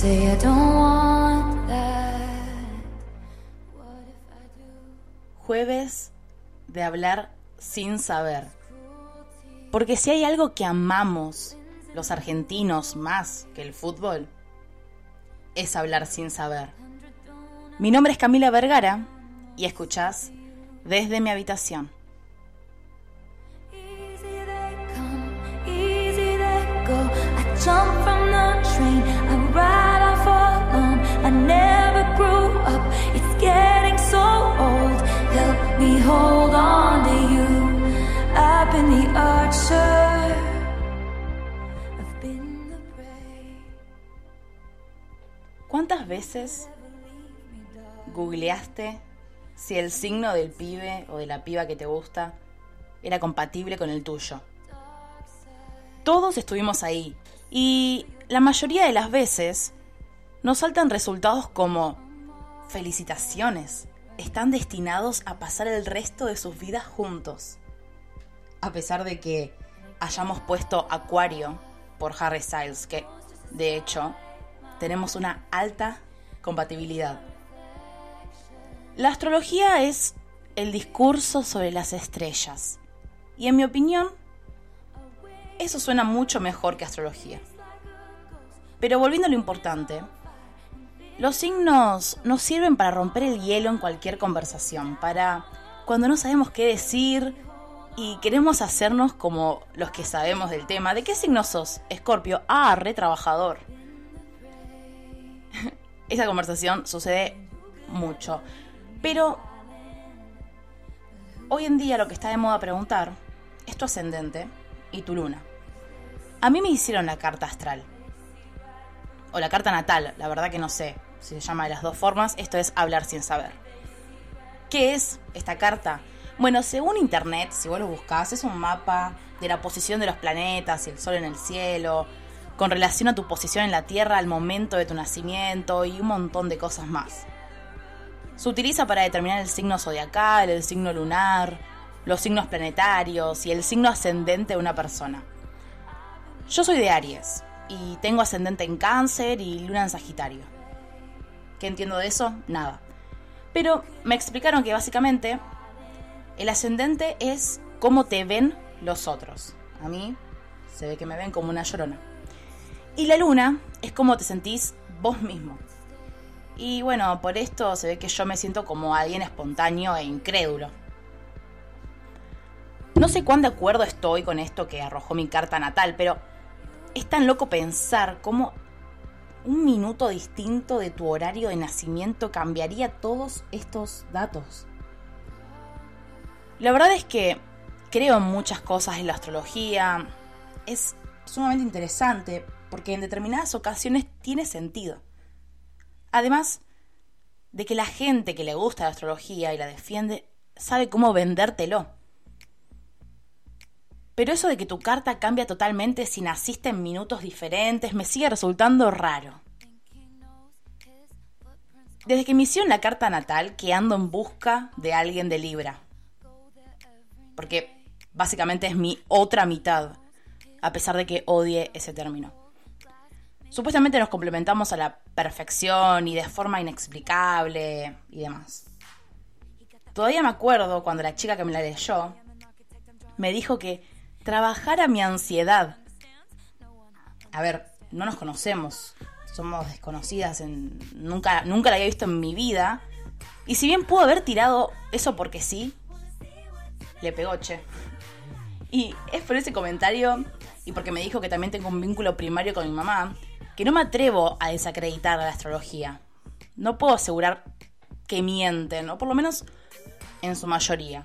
say I don't want that. What if I do? Jueves de hablar sin saber. Porque si hay algo que amamos los argentinos más que el fútbol, es hablar sin saber. Mi nombre es Camila Vergara y escuchás Desde mi habitación. Easy they come, easy they go. I jump from the train, I ride off alone. I never grew up, it's getting so old. Help me hold on to you. I've been the archer, I've been the prey. ¿Cuántas veces googleaste si el signo del pibe o de la piba que te gusta era compatible con el tuyo? Todos estuvimos ahí y la mayoría de las veces nos saltan resultados como: felicitaciones, están destinados a pasar el resto de sus vidas juntos. A pesar de que hayamos puesto Acuario por Harry Styles, que de hecho tenemos una alta compatibilidad. La astrología es el discurso sobre las estrellas. Y en mi opinión, eso suena mucho mejor que astrología. Pero volviendo a lo importante, los signos nos sirven para romper el hielo en cualquier conversación, para cuando no sabemos qué decir y queremos hacernos como los que sabemos del tema. ¿De qué signo sos? Escorpio. Ah, re trabajador. Esa conversación sucede mucho. Pero hoy en día lo que está de moda preguntar es tu ascendente y tu luna. A mí me hicieron la carta astral. O la carta natal, la verdad que no sé si se llama de las dos formas. Esto es hablar sin saber. ¿Qué es esta carta? Bueno, según internet, si vos lo buscás, es un mapa de la posición de los planetas y el sol en el cielo, con relación a tu posición en la Tierra al momento de tu nacimiento y un montón de cosas más. Se utiliza para determinar el signo zodiacal, el signo lunar, los signos planetarios y el signo ascendente de una persona. Yo soy de Aries y tengo ascendente en Cáncer y luna en Sagitario. ¿Qué entiendo de eso? Nada. Pero me explicaron que básicamente el ascendente es cómo te ven los otros. A mí se ve que me ven como una llorona. Y la luna es cómo te sentís vos mismo. Y bueno, por esto se ve que yo me siento como alguien espontáneo e incrédulo. No sé cuán de acuerdo estoy con esto que arrojó mi carta natal, pero es tan loco pensar cómo un minuto distinto de tu horario de nacimiento cambiaría todos estos datos. La verdad es que creo en muchas cosas en la astrología. Es sumamente interesante porque en determinadas ocasiones tiene sentido. Además de que la gente que le gusta la astrología y la defiende sabe cómo vendértelo. Pero eso de que tu carta cambia totalmente si naciste en minutos diferentes me sigue resultando raro. Desde que me hicieron la carta natal que ando en busca de alguien de Libra. Porque básicamente es mi otra mitad, a pesar de que odie ese término. Supuestamente nos complementamos a la perfección y de forma inexplicable y demás. Todavía me acuerdo cuando la chica que me la leyó me dijo que trabajara mi ansiedad. A ver, no nos conocemos, somos desconocidas, nunca la había visto en mi vida. Y si bien pudo haber tirado eso porque sí, le pegó, che. Y es por ese comentario y porque me dijo que también tengo un vínculo primario con mi mamá, que no me atrevo a desacreditar a la astrología. No puedo asegurar que mienten, o por lo menos en su mayoría.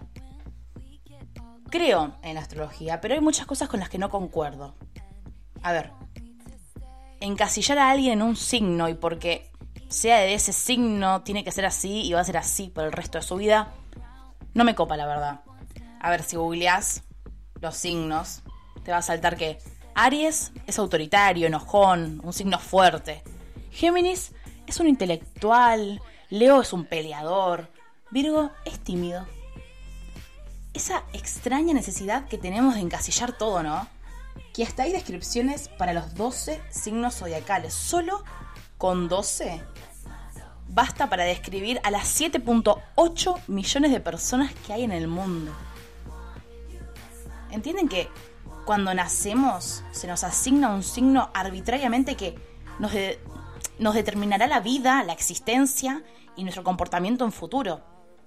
Creo en la astrología, pero hay muchas cosas con las que no concuerdo. A ver, encasillar a alguien en un signo y porque sea de ese signo tiene que ser así y va a ser así por el resto de su vida, no me copa, la verdad. A ver, si googleás los signos, te va a saltar que Aries es autoritario, enojón, un signo fuerte. Géminis es un intelectual, Leo es un peleador, Virgo es tímido. Esa extraña necesidad que tenemos de encasillar todo, ¿no? Que hasta hay descripciones para los 12 signos zodiacales, solo con 12 basta para describir a las 7.8 millones de personas que hay en el mundo. ¿Entienden que cuando nacemos se nos asigna un signo arbitrariamente que nos determinará la vida, la existencia y nuestro comportamiento en futuro?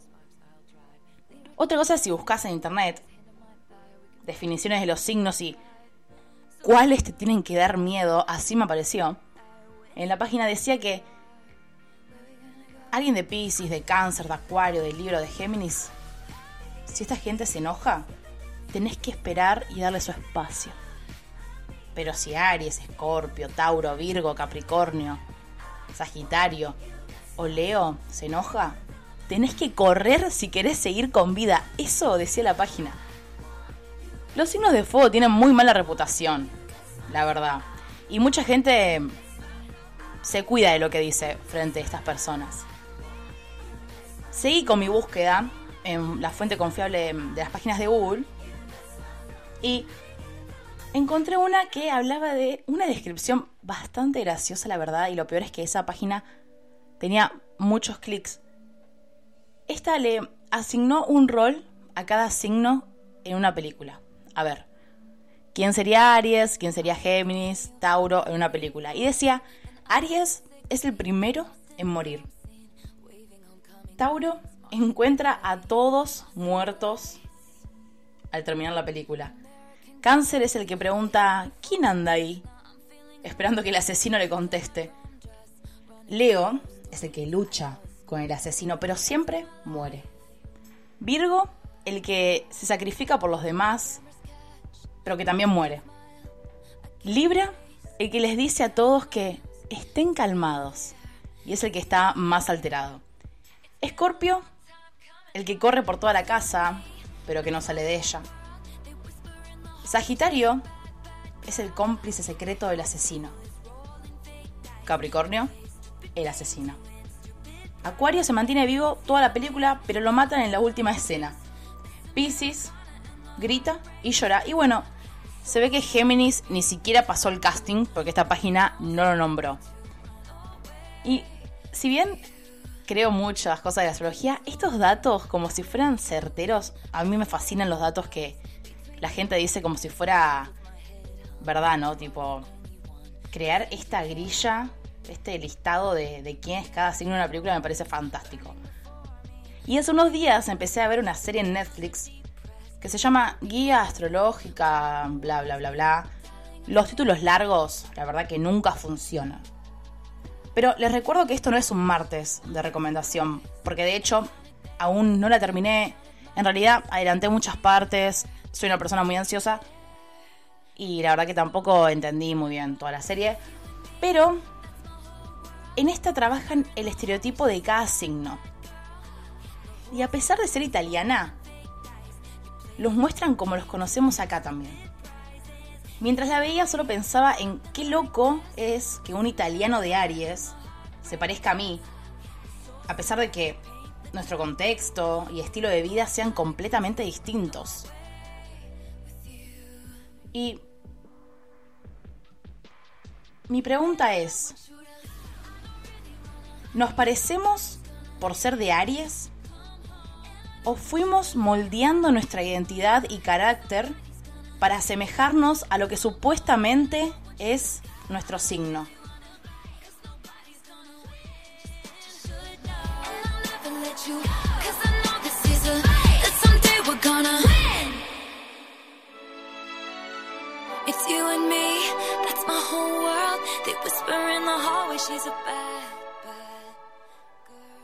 Otra cosa es si buscas en internet definiciones de los signos y cuáles te tienen que dar miedo, así me apareció. En la página decía que alguien de Piscis, de Cáncer, de Acuario, de Libra, de Géminis, si esta gente se enoja, tenés que esperar y darle su espacio. Pero si Aries, Escorpio, Tauro, Virgo, Capricornio, Sagitario o Leo se enoja, tenés que correr si querés seguir con vida. Eso decía la página. Los signos de fuego tienen muy mala reputación, la verdad. Y mucha gente se cuida de lo que dice frente a estas personas. Seguí con mi búsqueda en la fuente confiable de las páginas de Google y encontré una que hablaba de una descripción bastante graciosa, la verdad, y lo peor es que esa página tenía muchos clics. Esta le asignó un rol a cada signo en una película. A ver, ¿quién sería Aries? ¿Quién sería Géminis? Tauro en una película. Y decía, Aries es el primero en morir. Tauro encuentra a todos muertos al terminar la película. Cáncer es el que pregunta, ¿quién anda ahí? Esperando que el asesino le conteste. Leo es el que lucha con el asesino, pero siempre muere. Virgo, el que se sacrifica por los demás, pero que también muere. Libra, el que les dice a todos que estén calmados, y es el que está más alterado. Escorpio, el que corre por toda la casa, pero que no sale de ella. Sagitario es el cómplice secreto del asesino. Capricornio, el asesino. Acuario se mantiene vivo toda la película, pero lo matan en la última escena. Piscis grita y llora. Y bueno, se ve que Géminis ni siquiera pasó el casting porque esta página no lo nombró. Y si bien creo muchas cosas de astrología, estos datos, como si fueran certeros, a mí me fascinan los datos que la gente dice como si fuera verdad, ¿no? Tipo, crear esta grilla, este listado de quién es cada signo en una película me parece fantástico. Y hace unos días empecé a ver una serie en Netflix que se llama Guía Astrológica, bla, bla, bla, bla. Los títulos largos, la verdad que nunca funcionan. Pero les recuerdo que esto no es un martes de recomendación, porque de hecho aún no la terminé. En realidad adelanté muchas partes, soy una persona muy ansiosa y la verdad que tampoco entendí muy bien toda la serie. Pero en esta trabajan el estereotipo de cada signo. Y a pesar de ser italiana, los muestran como los conocemos acá también. Mientras la veía solo pensaba en qué loco es que un italiano de Aries se parezca a mí, a pesar de que nuestro contexto y estilo de vida sean completamente distintos. Y mi pregunta es, ¿nos parecemos por ser de Aries? ¿O fuimos moldeando nuestra identidad y carácter para asemejarnos a lo que supuestamente es nuestro signo?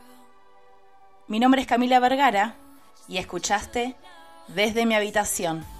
Mi nombre es Camila Vergara y escuchaste Desde mi habitación.